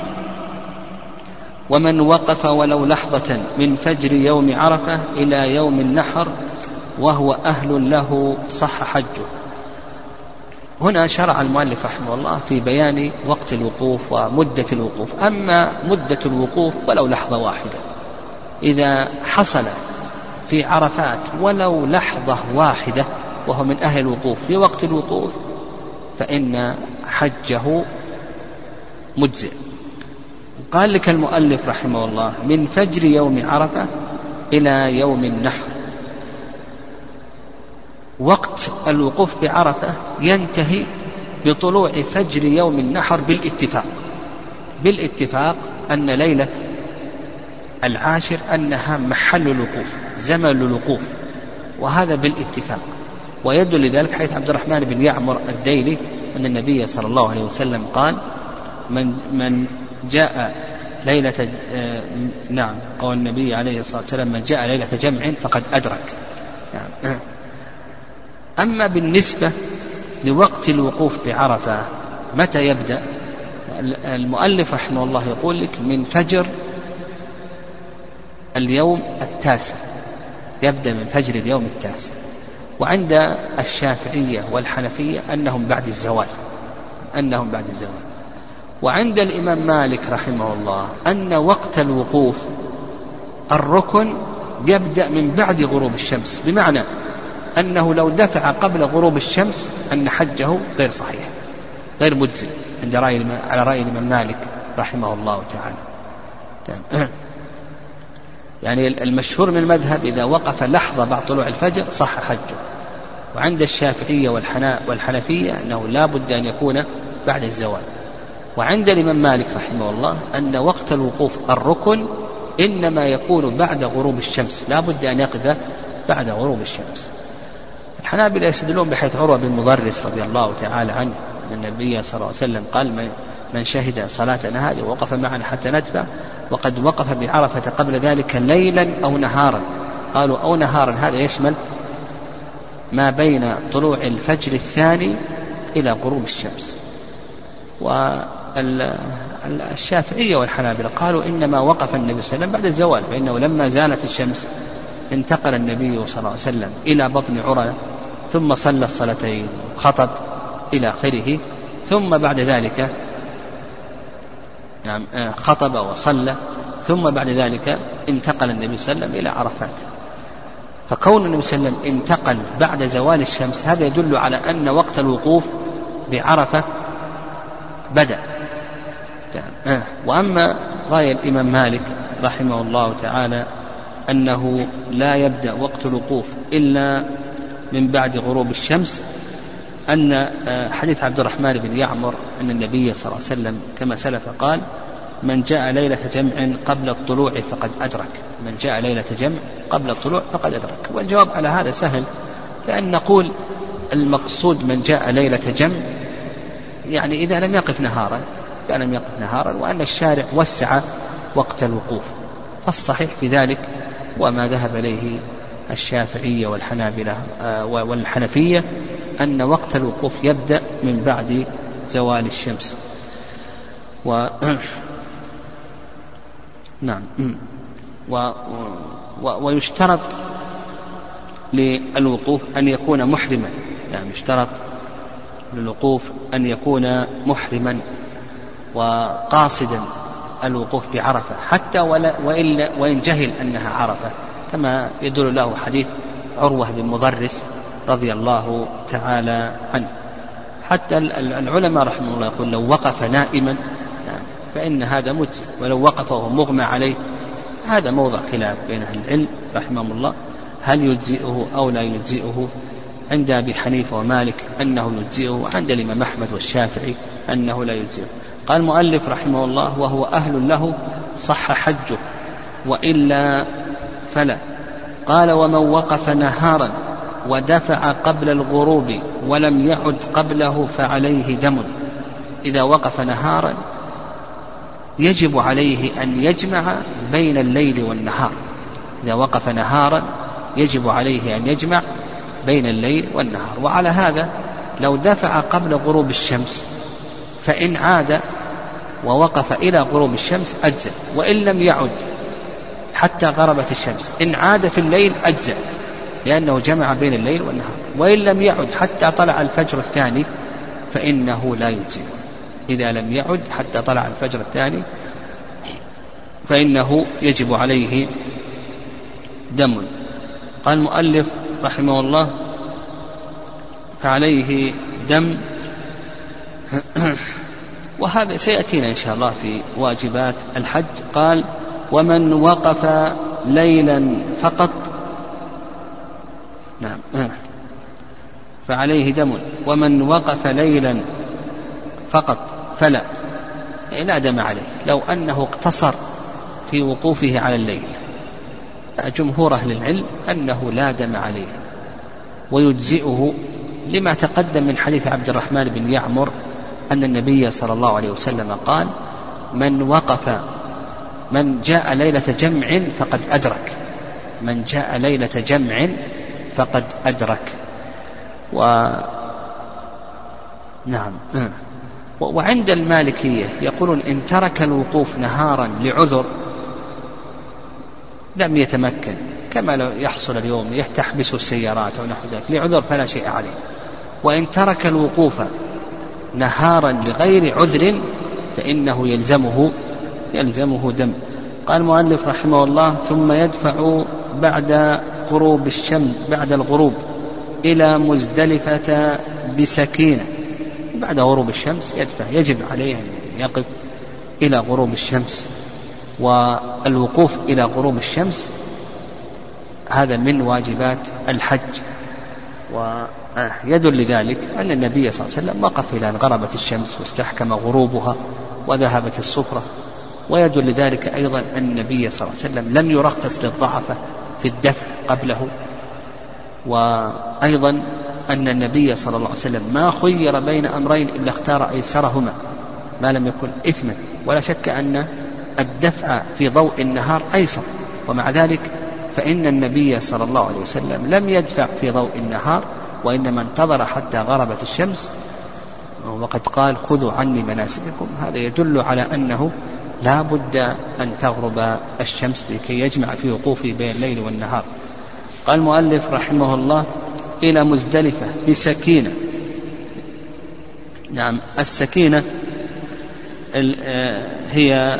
ومن وقف ولو لحظة من فجر يوم عرفة إلى يوم النحر وهو أهل له صح حجه. هنا شرع المؤلف رحمه الله في بيان وقت الوقوف ومدة الوقوف. أما مدة الوقوف ولو لحظة واحدة، إذا حصل في عرفات ولو لحظة واحدة وهو من أهل الوقوف في وقت الوقوف فإن حجه مجزئ. قال لك المؤلف رحمه الله من فجر يوم عرفة إلى يوم النحر. وقت الوقوف بعرفة ينتهي بطلوع فجر يوم النحر بالاتفاق أن ليلة العاشر أنها محل الوقوف زمن الوقوف، وهذا بالاتفاق. ويدل لذلك حيث عبد الرحمن بن يعمر الديلي أن النبي صلى الله عليه وسلم قال من جاء ليلة قال النبي عليه الصلاة والسلام من جاء ليلة جمع فقد أدرك. أما بالنسبة لوقت الوقوف بعرفة متى يبدأ؟ المؤلف رحمه الله يقول لك من فجر اليوم التاسع، يبدأ من فجر اليوم التاسع. وعند الشافعية والحنفية أنهم بعد الزوال. وعند الإمام مالك رحمه الله أن وقت الوقوف الركن يبدأ من بعد غروب الشمس، بمعنى أنه لو دفع قبل غروب الشمس أن حجه غير صحيح غير مجزئ على رأي الإمام مالك رحمه الله تعالى. يعني المشهور من المذهب إذا وقف لحظة بعد طلوع الفجر صح حجه. وعند الشافعية والحنفية أنه لا بد أن يكون بعد الزوال. وعند الإمام مالك رحمه الله أن وقت الوقوف الركن إنما يكون بعد غروب الشمس، لا بد أن يقف بعد غروب الشمس. الحنابلة يستدلون بحيث عروة بن مضرس رضي الله تعالى عنه أن النبي صلى الله عليه وسلم قال من شهد صلاتنا هذه ووقف معنا حتى نتبع وقد وقف بعرفة قبل ذلك ليلا أو نهارا. قالوا أو نهارا هذا يشمل ما بين طلوع الفجر الثاني إلى غروب الشمس. والشافعية والحنابلة قالوا إنما وقف النبي صلى الله عليه وسلم بعد الزوال، فإنه لما زالت الشمس انتقل النبي صلى الله عليه وسلم إلى بطن عرى ثم صلى الصلاتين خطب إلى آخره، ثم بعد ذلك خطب وصلى، ثم بعد ذلك انتقل النبي صلى الله عليه وسلم إلى عرفات. فكون النبي صلى الله عليه وسلم انتقل بعد زوال الشمس هذا يدل على أن وقت الوقوف بعرفة بدأ. وأما رأي الإمام مالك رحمه الله تعالى أنه لا يبدأ وقت الوقوف إلا من بعد غروب الشمس، أن حديث عبد الرحمن بن يعمر أن النبي صلى الله عليه وسلم كما سلف قال من جاء ليلة جمع قبل الطلوع فقد أدرك. من جاء ليلة جمع قبل الطلوع فقد أدرك. والجواب على هذا سهل، لأن نقول المقصود من جاء ليلة جمع يعني إذا لم يقف نهارا وأن الشارع وسع وقت الوقوف. فالصحيح في ذلك وما ذهب إليه الشافعية والحنابلة والحنفية أن وقت الوقوف يبدأ من بعد زوال الشمس. ويشترط للوقوف أن يكون محرما، يعني يشترط للوقوف أن يكون محرما وقاصدا الوقوف بعرفة حتى وإن جهل أنها عرفة، كما يدل له حديث عروة بن مضرس رضي الله تعالى عنه. حتى العلماء رحمه الله يقول لو وقف نائما فإن هذا مجزئ، ولو وقف وهو مغمى عليه هذا موضع خلاف بين أهل العلم رحمهم الله هل يجزئه أو لا يجزئه. عند أبي حنيفة ومالك أنه يجزئه، وعند الإمام أحمد والشافعي أنه لا يجزئه. قال المؤلف رحمه الله وهو أهل له صح حجه. وإلا فلا. قال ومن وقف نهارا ودفع قبل الغروب ولم يعد قبله فعليه دم. إذا وقف نهارا يجب عليه أن يجمع بين الليل والنهار. إذا وقف نهارا يجب عليه أن يجمع بين الليل والنهار. وعلى هذا لو دفع قبل غروب الشمس فإن عاد ووقف إلى غروب الشمس أجزأ، وإن لم يعد حتى غربت الشمس إن عاد في الليل أجزأ، لأنه جمع بين الليل والنهار. وإن لم يعد حتى طلع الفجر الثاني فإنه لا يجزئ. إذا لم يعد حتى طلع الفجر الثاني فإنه يجب عليه دم. قال المؤلف رحمه الله فعليه دم. وهذا سيأتينا إن شاء الله في واجبات الحج. قال ومن وقف ليلا فقط فعليه دم. ومن وقف ليلا فقط فلا، لا دم عليه. لو أنه اقتصر في وقوفه على الليل، جمهور أهل العلم أنه لا دم عليه ويجزئه، لما تقدم من حديث عبد الرحمن بن يعمر أن النبي صلى الله عليه وسلم قال من جاء ليلة جمع فقد أدرك. من جاء ليلة جمع فقد أدرك. وعند المالكية يقولون إن ترك الوقوف نهارا لعذر لم يتمكن، كما لو يحصل اليوم يحبس السيارات أو نحو ذلك لعذر فلا شيء عليه. وإن ترك الوقوف نهارا لغير عذر فإنه يلزمه دم. قال المؤلف رحمه الله ثم يدفع بعد غروب الشمس بعد الغروب إلى مزدلفة بسكينة. بعد غروب الشمس يدفع، يجب عليه أن يقف إلى غروب الشمس. والوقوف إلى غروب الشمس هذا من واجبات الحج. ويدل لذلك أن النبي صلى الله عليه وسلم وقف إلى أن غربت الشمس واستحكم غروبها وذهبت الصفرة. ويدل لذلك أيضا أن النبي صلى الله عليه وسلم لم يرخص للضعفة في الدفع قبله. وأيضا أن النبي صلى الله عليه وسلم ما خير بين أمرين إلا اختار أيسرهما ما لم يكن إثما. ولا شك أن الدفع في ضوء النهار أيسر، ومع ذلك فإن النبي صلى الله عليه وسلم لم يدفع في ضوء النهار، وإنما انتظر حتى غربت الشمس وقد قال خذوا عني مناسككم. هذا يدل على أنه لا بد أن تغرب الشمس لكي يجمع في وقوفه بين الليل والنهار. قال المؤلف رحمه الله إلى مزدلفة بسكينة. نعم، السكينة هي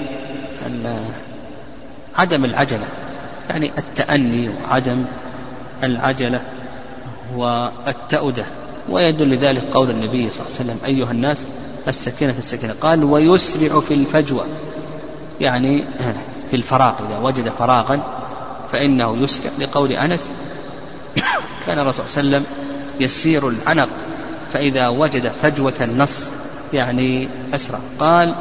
عدم العجلة، يعني التأني وعدم العجلة والتأودة. ويدل لذلك قول النبي صلى الله عليه وسلم أيها الناس السكينة السكينة. قال ويسرع في الفجوة، يعني في الفراغ، إذا وجد فراغا فإنه يسرع، لقول أنس كان الرسول صلى الله عليه وسلم يسير العنق فإذا وجد فجوة النص يعني أسرع. قال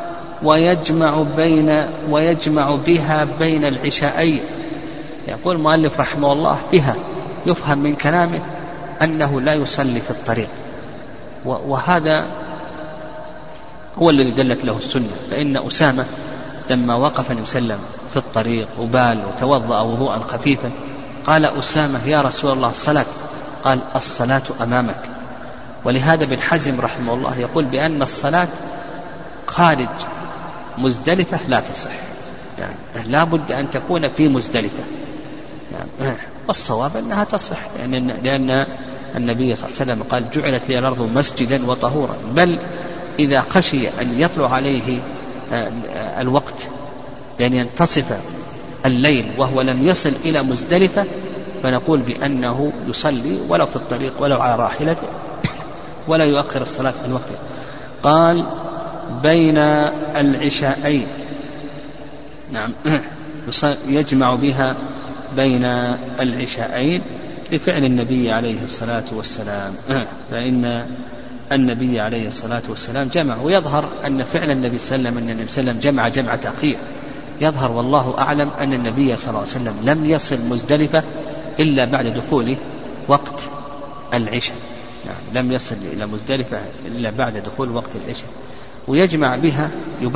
ويجمع بها بين العشاءين. يقول المؤلف رحمه الله بها يفهم من كلامه أنه لا يصلي في الطريق، وهذا هو الذي دلت له السنة. فإن أسامة لما وقف النبي صلى الله عليه وسلم في الطريق وبال وتوضأ وضوءا خفيفا قال أسامة يا رسول الله الصلاة، قال الصلاة أمامك. ولهذا ابن حزم رحمه الله يقول بأن الصلاة خارج مزدلفة لا تصح، يعني لا بد أن تكون في مزدلفة، يعني والصواب أنها تصح، يعني لأن النبي صلى الله عليه وسلم قال جعلت لي الأرض مسجدا وطهورا. بل إذا خشي أن يطلع عليه الوقت لأن ينتصف الليل وهو لم يصل إلى مزدلفة فنقول بأنه يصلي ولو في الطريق ولو على راحلته ولا يؤخر الصلاة عن وقته. قال بين العشاءين، نعم يجمع بها بين العشاءين لفعل النبي عليه الصلاة والسلام، فإن النبي عليه الصلاة والسلام جمع. ويظهر أن فعل النبي صلى الله عليه وسلم أن النبي صلى الله عليه وسلم جمع جمع تأخير، يظهر والله أعلم أن النبي صلى الله عليه وسلم لم يصل مزدلفة إلا بعد دخول وقت العشاء، لم يصل إلى مزدلفة إلا بعد دخول وقت العشاء، ويجمع بها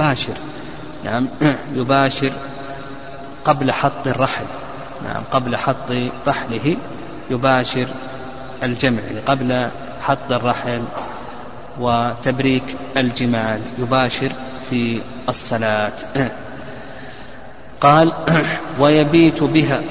يباشر قبل حط الرحل، قبل حط رحله يباشر الجمع، قبل حط الرحل وتبريك الجمال يباشر في الصلاة. قال ويبيت بها،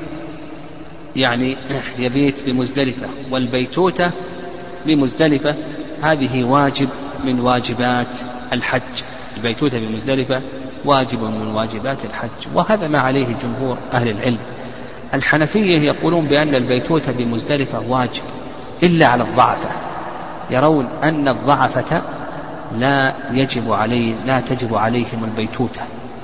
يعني يبيت بمزدلفة، والبيتوتة بمزدلفة هذه واجب من واجبات الحج، البيتوتة بمزدلفة واجب من واجبات الحج، وهذا ما عليه جمهور أهل العلم. الحنفية يقولون بأن البيتوتة بمزدلفة واجب إلا على الضعفة، يرون أن الضعفة لا تجب عليهم البيتوتة،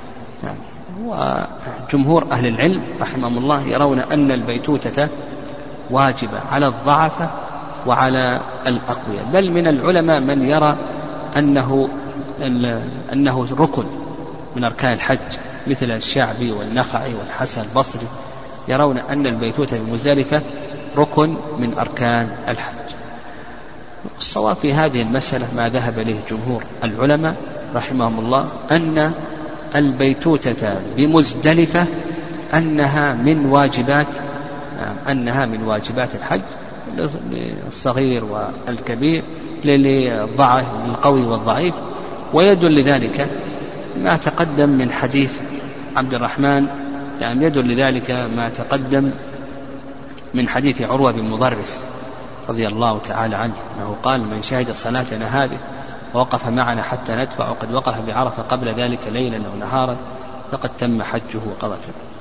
وجمهور أهل العلم رحمهم الله يرون أن البيتوتة واجبة على الضعفة وعلى الأقوياء، بل من العلماء من يرى أنه ركن من أركان الحج، مثل الشعبي والنخعي والحسن البصري، يرون أن البيتوتة بمزدلفة ركن من أركان الحج. الصواب في هذه المسألة ما ذهب إليه جمهور العلماء رحمهم الله، أن البيتوتة بمزدلفة أنها من واجبات الحج للصغير والكبير، للقوي والضعيف. ويدل لذلك ما تقدم من حديث عبد الرحمن، يدل لذلك ما تقدم من حديث عروة بن مضرس رضي الله تعالى عنه، أنه قال من شهد صلاتنا هذه ووقف معنا حتى ندفع، وقد وقف بعرفة قبل ذلك ليلا أو نهارا، فقد تم حجه وقضى.